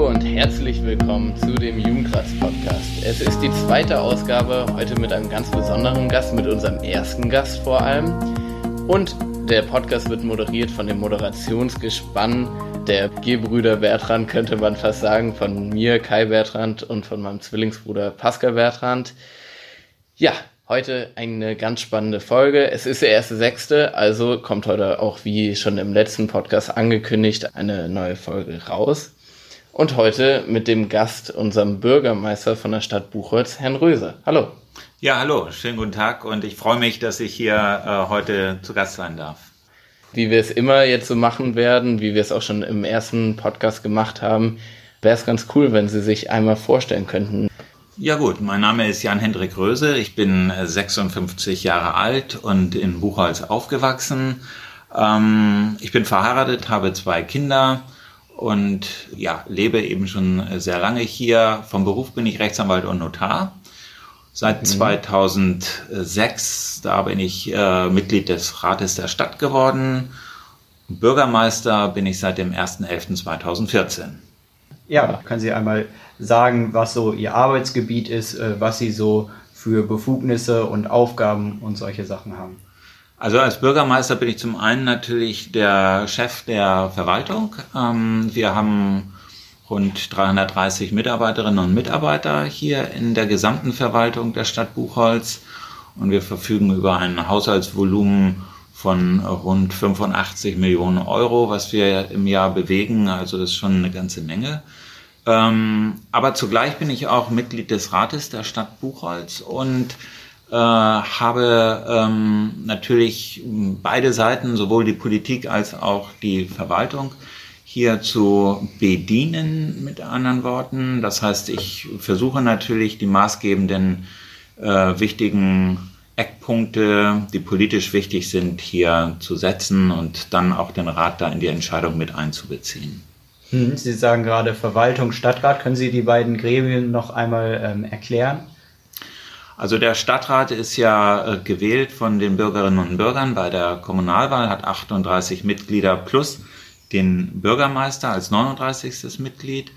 Hallo und herzlich willkommen zu dem Jugendratz-Podcast. Es ist die zweite Ausgabe, heute mit einem ganz besonderen Gast, mit unserem ersten Gast vor allem. Und der Podcast wird moderiert von dem Moderationsgespann der Gebrüder Bertrand, könnte man fast sagen, von mir, Kai Bertrand, und von meinem Zwillingsbruder Pascal Bertrand. Ja, heute eine ganz spannende Folge. Es ist der 1.6., also kommt heute auch, wie schon im letzten Podcast angekündigt, eine neue Folge raus. Und heute mit dem Gast, unserem Bürgermeister von der Stadt Buchholz, Herrn Röse. Hallo. Ja, hallo, schönen guten Tag und ich freue mich, dass ich hier heute zu Gast sein darf. Wie wir es immer jetzt so machen werden, wie wir es auch schon im ersten Podcast gemacht haben, wäre es ganz cool, wenn Sie sich einmal vorstellen könnten. Ja gut, mein Name ist Jan-Hendrik Röse, ich bin 56 Jahre alt und in Buchholz aufgewachsen. Ich bin verheiratet, habe 2 Kinder und ja, lebe eben schon sehr lange hier. Vom Beruf bin ich Rechtsanwalt und Notar. Seit 2006, da bin ich Mitglied des Rates der Stadt geworden. Bürgermeister bin ich seit dem 1.11.2014. Ja, können Sie einmal sagen, was so Ihr Arbeitsgebiet ist, was Sie so für Befugnisse und Aufgaben und solche Sachen haben? Also als Bürgermeister bin ich zum einen natürlich der Chef der Verwaltung. Wir haben rund 330 Mitarbeiterinnen und Mitarbeiter hier in der gesamten Verwaltung der Stadt Buchholz und wir verfügen über ein Haushaltsvolumen von rund 85 Millionen Euro, was wir im Jahr bewegen, also das ist schon eine ganze Menge. Aber zugleich bin ich auch Mitglied des Rates der Stadt Buchholz und habe natürlich beide Seiten, sowohl die Politik als auch die Verwaltung, hier zu bedienen, mit anderen Worten. Das heißt, ich versuche natürlich die maßgebenden wichtigen Eckpunkte, die politisch wichtig sind, hier zu setzen und dann auch den Rat da in die Entscheidung mit einzubeziehen. Sie sagen gerade Verwaltung, Stadtrat. Können Sie die beiden Gremien noch einmal erklären? Also der Stadtrat ist ja gewählt von den Bürgerinnen und Bürgern bei der Kommunalwahl, hat 38 Mitglieder plus den Bürgermeister als 39. Mitglied.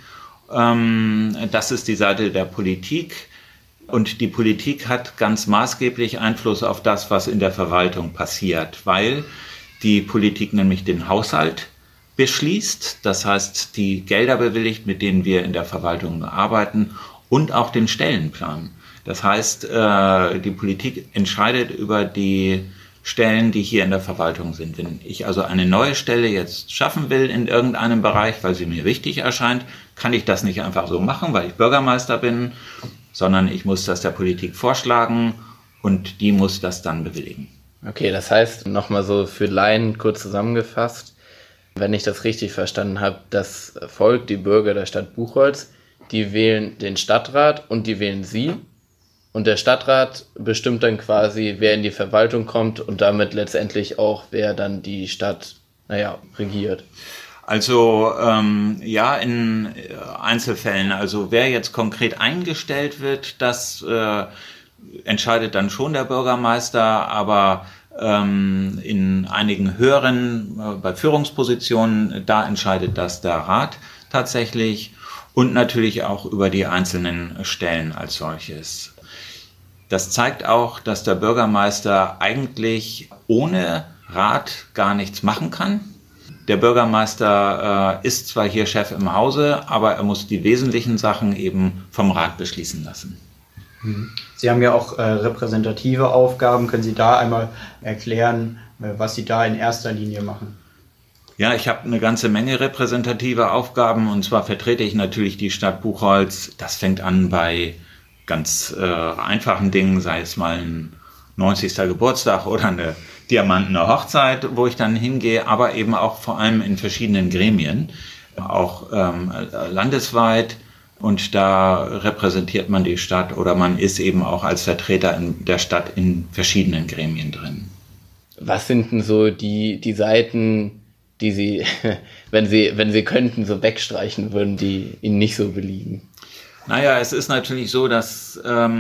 Das ist die Seite der Politik. Und die Politik hat ganz maßgeblich Einfluss auf das, was in der Verwaltung passiert, weil die Politik nämlich den Haushalt beschließt, das heißt die Gelder bewilligt, mit denen wir in der Verwaltung arbeiten und auch den Stellenplan. Das heißt, die Politik entscheidet über die Stellen, die hier in der Verwaltung sind. Wenn ich also eine neue Stelle jetzt schaffen will in irgendeinem Bereich, weil sie mir wichtig erscheint, kann ich das nicht einfach so machen, weil ich Bürgermeister bin, sondern ich muss das der Politik vorschlagen und die muss das dann bewilligen. Okay, das heißt, nochmal so für Laien kurz zusammengefasst, wenn ich das richtig verstanden habe, das Volk, die Bürger der Stadt Buchholz, die wählen den Stadtrat und die wählen Sie. Und der Stadtrat bestimmt dann quasi, wer in die Verwaltung kommt und damit letztendlich auch, wer dann die Stadt, regiert. Also ja, in Einzelfällen, also wer jetzt konkret eingestellt wird, das entscheidet dann schon der Bürgermeister, aber in einigen höheren, bei Führungspositionen, da entscheidet das der Rat tatsächlich und natürlich auch über die einzelnen Stellen als solches. Das zeigt auch, dass der Bürgermeister eigentlich ohne Rat gar nichts machen kann. Der Bürgermeister ist zwar hier Chef im Hause, aber er muss die wesentlichen Sachen eben vom Rat beschließen lassen. Sie haben ja auch repräsentative Aufgaben. Können Sie da einmal erklären, was Sie da in erster Linie machen? Ja, ich habe eine ganze Menge repräsentative Aufgaben und zwar vertrete ich natürlich die Stadt Buchholz. Das fängt an bei ganz einfachen Dingen, sei es mal ein 90. Geburtstag oder eine diamantene Hochzeit, wo ich dann hingehe, aber eben auch vor allem in verschiedenen Gremien, auch landesweit. Und da repräsentiert man die Stadt oder man ist eben auch als Vertreter in der Stadt in verschiedenen Gremien drin. Was sind denn so die Seiten, die Sie, wenn Sie könnten, so wegstreichen würden, die Ihnen nicht so beliefen? Naja, es ist natürlich so, dass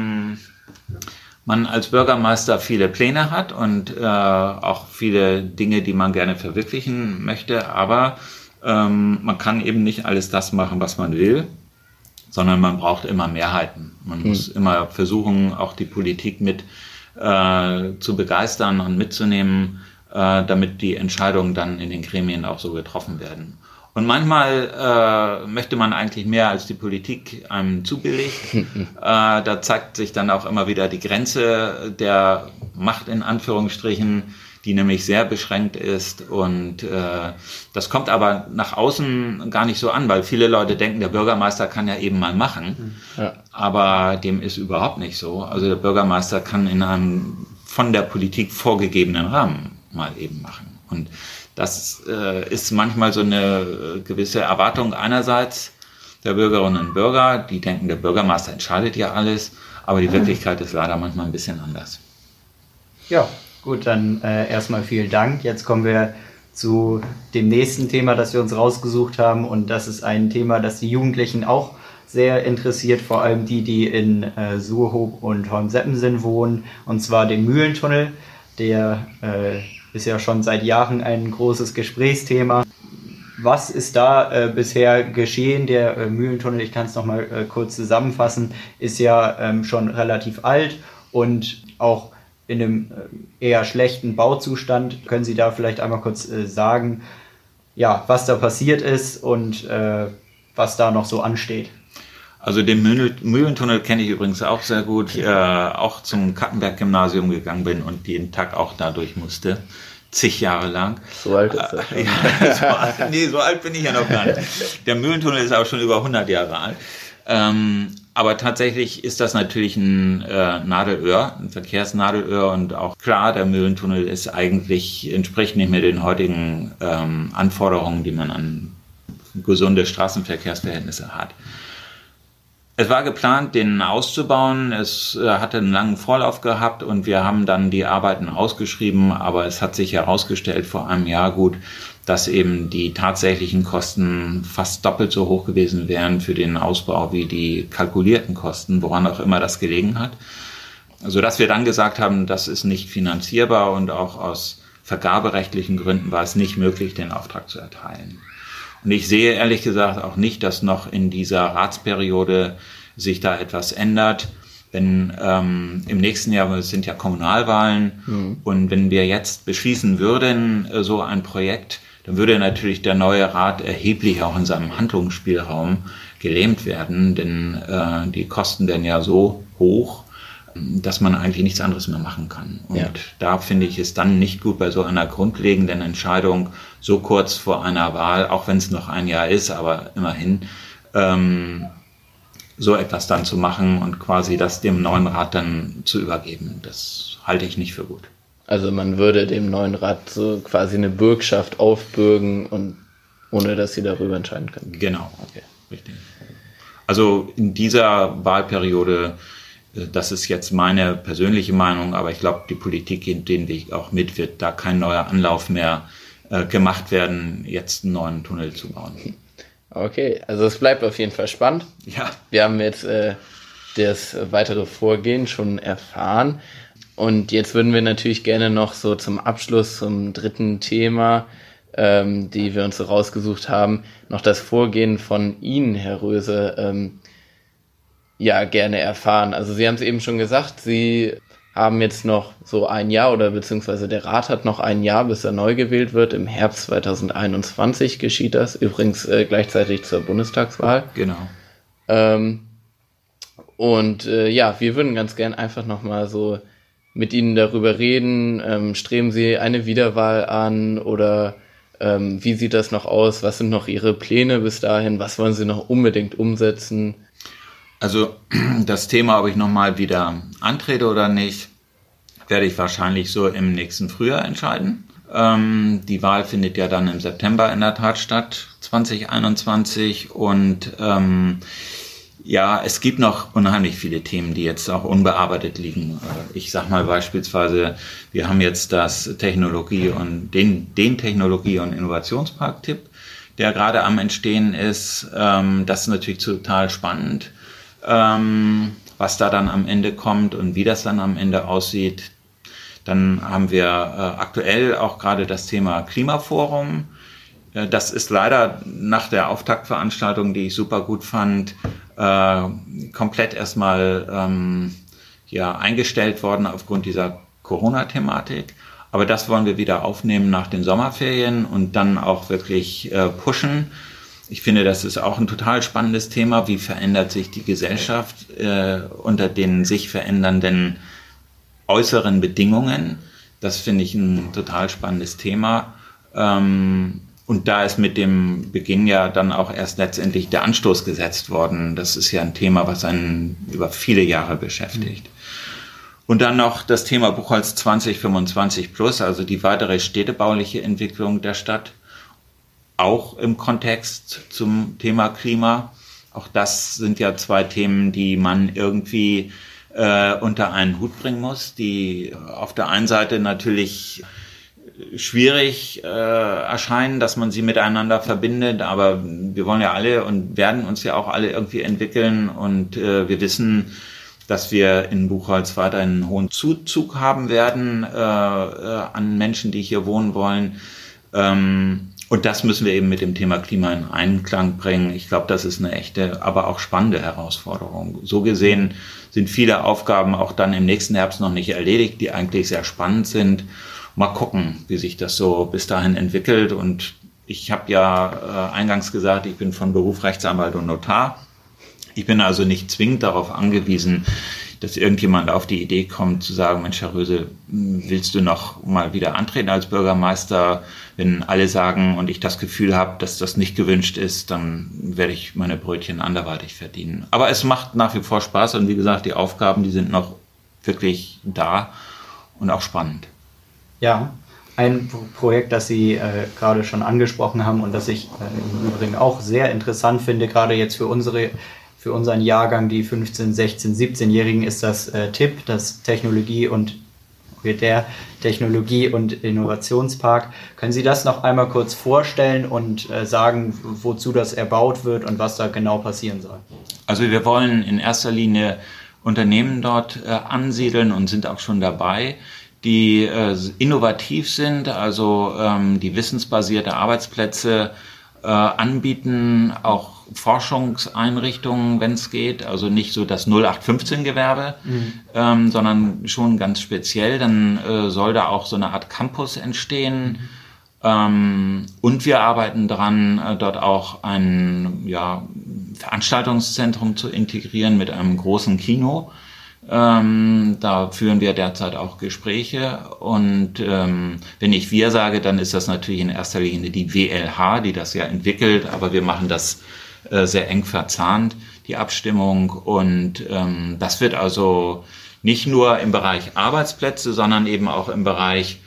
man als Bürgermeister viele Pläne hat und auch viele Dinge, die man gerne verwirklichen möchte, aber Man kann eben nicht alles das machen, was man will, sondern man braucht immer Mehrheiten. Man muss immer versuchen, auch die Politik mit zu begeistern und mitzunehmen, damit die Entscheidungen dann in den Gremien auch so getroffen werden. Und manchmal möchte man eigentlich mehr, als die Politik einem zubilligt. Da zeigt sich dann auch immer wieder die Grenze der Macht in Anführungsstrichen, die nämlich sehr beschränkt ist. Und das kommt aber nach außen gar nicht so an, weil viele Leute denken, der Bürgermeister kann ja eben mal machen. Ja. Aber dem ist überhaupt nicht so. Also der Bürgermeister kann in einem von der Politik vorgegebenen Rahmen mal eben machen. Und das ist manchmal so eine gewisse Erwartung einerseits der Bürgerinnen und Bürger, die denken, der Bürgermeister entscheidet ja alles, aber die Wirklichkeit ist leider manchmal ein bisschen anders. Ja, gut, dann erstmal vielen Dank. Jetzt kommen wir zu dem nächsten Thema, das wir uns rausgesucht haben, und das ist ein Thema, das die Jugendlichen auch sehr interessiert, vor allem die in Suhrhoop und Holmseppensen wohnen, und zwar den Mühlentunnel, der ist ja schon seit Jahren ein großes Gesprächsthema. Was ist da bisher geschehen? Der Mühlentunnel, ich kann es nochmal kurz zusammenfassen, ist ja schon relativ alt und auch in einem eher schlechten Bauzustand. Können Sie da vielleicht einmal kurz sagen, ja, was da passiert ist und was da noch so ansteht? Also den Mühlentunnel kenne ich übrigens auch sehr gut, auch zum Kattenberg-Gymnasium gegangen bin und jeden Tag auch dadurch musste, zig Jahre lang. So alt ist er schon. Ja, so alt bin ich ja noch gar nicht. Der Mühlentunnel ist auch schon über 100 Jahre alt. Aber tatsächlich ist das natürlich ein Nadelöhr, ein Verkehrsnadelöhr, und auch klar, der Mühlentunnel entspricht nicht mehr den heutigen Anforderungen, die man an gesunde Straßenverkehrsverhältnisse hat. Es war geplant, den auszubauen. Es hatte einen langen Vorlauf gehabt und wir haben dann die Arbeiten ausgeschrieben, aber es hat sich herausgestellt vor einem Jahr gut, dass eben die tatsächlichen Kosten fast doppelt so hoch gewesen wären für den Ausbau wie die kalkulierten Kosten, woran auch immer das gelegen hat. Sodass wir dann gesagt haben, das ist nicht finanzierbar, und auch aus vergaberechtlichen Gründen war es nicht möglich, den Auftrag zu erteilen. Und ich sehe ehrlich gesagt auch nicht, dass noch in dieser Ratsperiode sich da etwas ändert. Denn im nächsten Jahr, es sind ja Kommunalwahlen, und wenn wir jetzt beschließen würden, so ein Projekt, dann würde natürlich der neue Rat erheblich auch in seinem Handlungsspielraum gelähmt werden, denn die Kosten werden ja so hoch, dass man eigentlich nichts anderes mehr machen kann. Und da finde ich es dann nicht gut, bei so einer grundlegenden Entscheidung so kurz vor einer Wahl, auch wenn es noch ein Jahr ist, aber immerhin, so etwas dann zu machen und quasi das dem neuen Rat dann zu übergeben. Das halte ich nicht für gut. Also man würde dem neuen Rat so quasi eine Bürgschaft aufbürgen, und ohne dass sie darüber entscheiden können. Genau, okay. Richtig. Also in dieser Wahlperiode, das ist jetzt meine persönliche Meinung, aber ich glaube, die Politik geht den Weg auch mit, wird da kein neuer Anlauf mehr gemacht werden, jetzt einen neuen Tunnel zu bauen. Okay, also es bleibt auf jeden Fall spannend. Ja. Wir haben jetzt das weitere Vorgehen schon erfahren, und jetzt würden wir natürlich gerne noch so zum Abschluss, zum dritten Thema, die wir uns so rausgesucht haben, noch das Vorgehen von Ihnen, Herr Röse, gerne erfahren. Also Sie haben es eben schon gesagt, Sie haben jetzt noch so ein Jahr, oder beziehungsweise der Rat hat noch ein Jahr, bis er neu gewählt wird. Im Herbst 2021 geschieht das, übrigens gleichzeitig zur Bundestagswahl. Genau. Wir würden ganz gern einfach nochmal so mit Ihnen darüber reden. Streben Sie eine Wiederwahl an, oder wie sieht das noch aus? Was sind noch Ihre Pläne bis dahin? Was wollen Sie noch unbedingt umsetzen? Also das Thema, ob ich nochmal wieder antrete oder nicht, werde ich wahrscheinlich so im nächsten Frühjahr entscheiden. Die Wahl findet ja dann im September in der Tat statt, 2021. Und es gibt noch unheimlich viele Themen, die jetzt auch unbearbeitet liegen. Ich sag mal beispielsweise, wir haben jetzt das Technologie- und den Technologie- und Innovationspark-Tipp, der gerade am Entstehen ist. Das ist natürlich total spannend, was da dann am Ende kommt und wie das dann am Ende aussieht. Dann haben wir aktuell auch gerade das Thema Klimaforum. Das ist leider nach der Auftaktveranstaltung, die ich super gut fand, komplett erstmal eingestellt worden aufgrund dieser Corona-Thematik. Aber das wollen wir wieder aufnehmen nach den Sommerferien und dann auch wirklich pushen. Ich finde, das ist auch ein total spannendes Thema. Wie verändert sich die Gesellschaft unter den sich verändernden äußeren Bedingungen? Das finde ich ein total spannendes Thema. Und da ist mit dem Beginn ja dann auch erst letztendlich der Anstoß gesetzt worden. Das ist ja ein Thema, was einen über viele Jahre beschäftigt. Und dann noch das Thema Buchholz 2025 plus, also die weitere städtebauliche Entwicklung der Stadt, auch im Kontext zum Thema Klima. Auch das sind ja zwei Themen, die man irgendwie unter einen Hut bringen muss, die auf der einen Seite natürlich schwierig erscheinen, dass man sie miteinander verbindet, aber wir wollen ja alle und werden uns ja auch alle irgendwie entwickeln und wir wissen, dass wir in Buchholz weiterhin einen hohen Zuzug haben werden an Menschen, die hier wohnen wollen. Und das müssen wir eben mit dem Thema Klima in Einklang bringen. Ich glaube, das ist eine echte, aber auch spannende Herausforderung. So gesehen sind viele Aufgaben auch dann im nächsten Herbst noch nicht erledigt, die eigentlich sehr spannend sind. Mal gucken, wie sich das so bis dahin entwickelt. Und ich habe ja eingangs gesagt, ich bin von Beruf Rechtsanwalt und Notar. Ich bin also nicht zwingend darauf angewiesen, dass irgendjemand auf die Idee kommt zu sagen, Mensch, Herr Röse, willst du noch mal wieder antreten als Bürgermeister? Wenn alle sagen und ich das Gefühl habe, dass das nicht gewünscht ist, dann werde ich meine Brötchen anderweitig verdienen. Aber es macht nach wie vor Spaß und wie gesagt, die Aufgaben, die sind noch wirklich da und auch spannend. Ja, ein Projekt, das Sie gerade schon angesprochen haben und das ich im Übrigen auch sehr interessant finde, gerade jetzt für unseren Jahrgang, die 15-, 16-, 17-Jährigen, ist das TIP, das Technologie- und Innovationspark. Können Sie das noch einmal kurz vorstellen und sagen, wozu das erbaut wird und was da genau passieren soll? Also wir wollen in erster Linie Unternehmen dort ansiedeln und sind auch schon dabei, die innovativ sind, also die wissensbasierte Arbeitsplätze anbieten, auch Forschungseinrichtungen, wenn es geht, also nicht so das 0815-Gewerbe, sondern schon ganz speziell. Dann soll da auch so eine Art Campus entstehen. Und wir arbeiten daran, dort auch ein Veranstaltungszentrum zu integrieren mit einem großen Kino. Da führen wir derzeit auch Gespräche und wenn ich wir sage, dann ist das natürlich in erster Linie die WLH, die das ja entwickelt, aber wir machen das sehr eng verzahnt, die Abstimmung und das wird also nicht nur im Bereich Arbeitsplätze, sondern eben auch im Bereich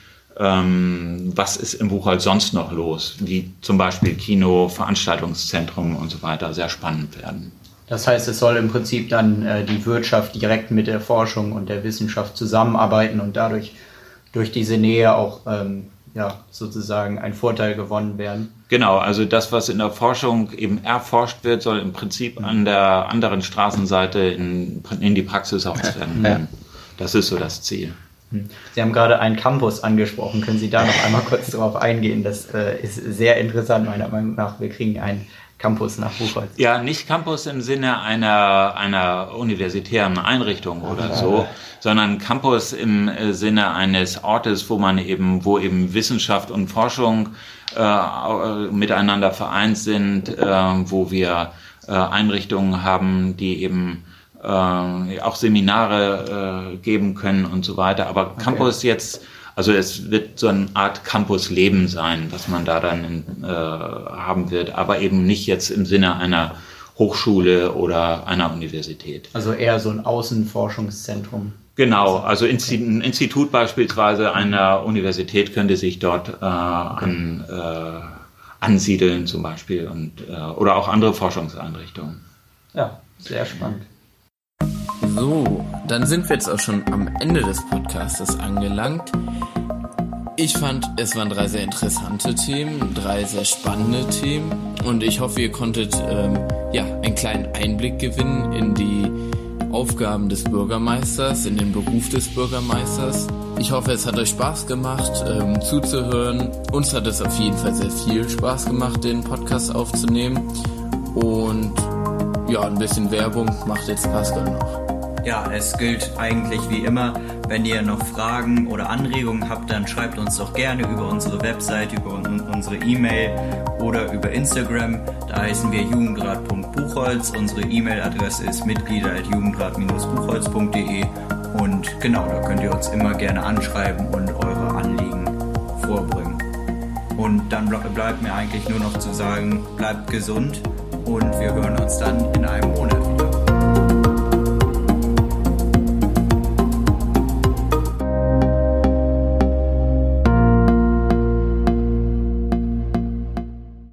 was ist im Buchholz sonst noch los, wie zum Beispiel Kino, Veranstaltungszentrum und so weiter, sehr spannend werden. Das heißt, es soll im Prinzip dann die Wirtschaft direkt mit der Forschung und der Wissenschaft zusammenarbeiten und dadurch durch diese Nähe auch sozusagen ein Vorteil gewonnen werden. Genau, also das, was in der Forschung eben erforscht wird, soll im Prinzip an der anderen Straßenseite in die Praxis auswerten. Ja. Das ist so das Ziel. Sie haben gerade einen Campus angesprochen. Können Sie da noch einmal kurz darauf eingehen? Das ist sehr interessant, meiner Meinung nach. Wir kriegen einen Campus nach Buchholz. Ja, nicht Campus im Sinne einer universitären Einrichtung oder so, sondern Campus im Sinne eines Ortes, wo eben Wissenschaft und Forschung miteinander vereint sind, wo wir Einrichtungen haben, die eben auch Seminare geben können und so weiter. Aber Campus jetzt, also es wird so eine Art Campus-Leben sein, was man da dann haben wird, aber eben nicht jetzt im Sinne einer Hochschule oder einer Universität. Also eher so ein Außenforschungszentrum. Genau, also ein Institut beispielsweise einer Universität könnte sich dort ansiedeln zum Beispiel oder auch andere Forschungseinrichtungen. Ja, sehr spannend. So, dann sind wir jetzt auch schon am Ende des Podcastes angelangt. Ich fand, es waren 3 sehr interessante Themen, 3 sehr spannende Themen und ich hoffe, ihr konntet einen kleinen Einblick gewinnen in die Aufgaben des Bürgermeisters, in den Beruf des Bürgermeisters. Ich hoffe, es hat euch Spaß gemacht, zuzuhören. Uns hat es auf jeden Fall sehr viel Spaß gemacht, den Podcast aufzunehmen. Und ja, ein bisschen Werbung macht jetzt Pascal noch. Ja, es gilt eigentlich wie immer, wenn ihr noch Fragen oder Anregungen habt, dann schreibt uns doch gerne über unsere Website, über unsere E-Mail oder über Instagram. Da heißen wir jugendrat.buchholz. Unsere E-Mail-Adresse ist mitglieder@jugendrat-buchholz.de und genau, da könnt ihr uns immer gerne anschreiben und eure Anliegen vorbringen. Und dann bleibt mir eigentlich nur noch zu sagen, bleibt gesund und wir hören uns dann in einem Monat.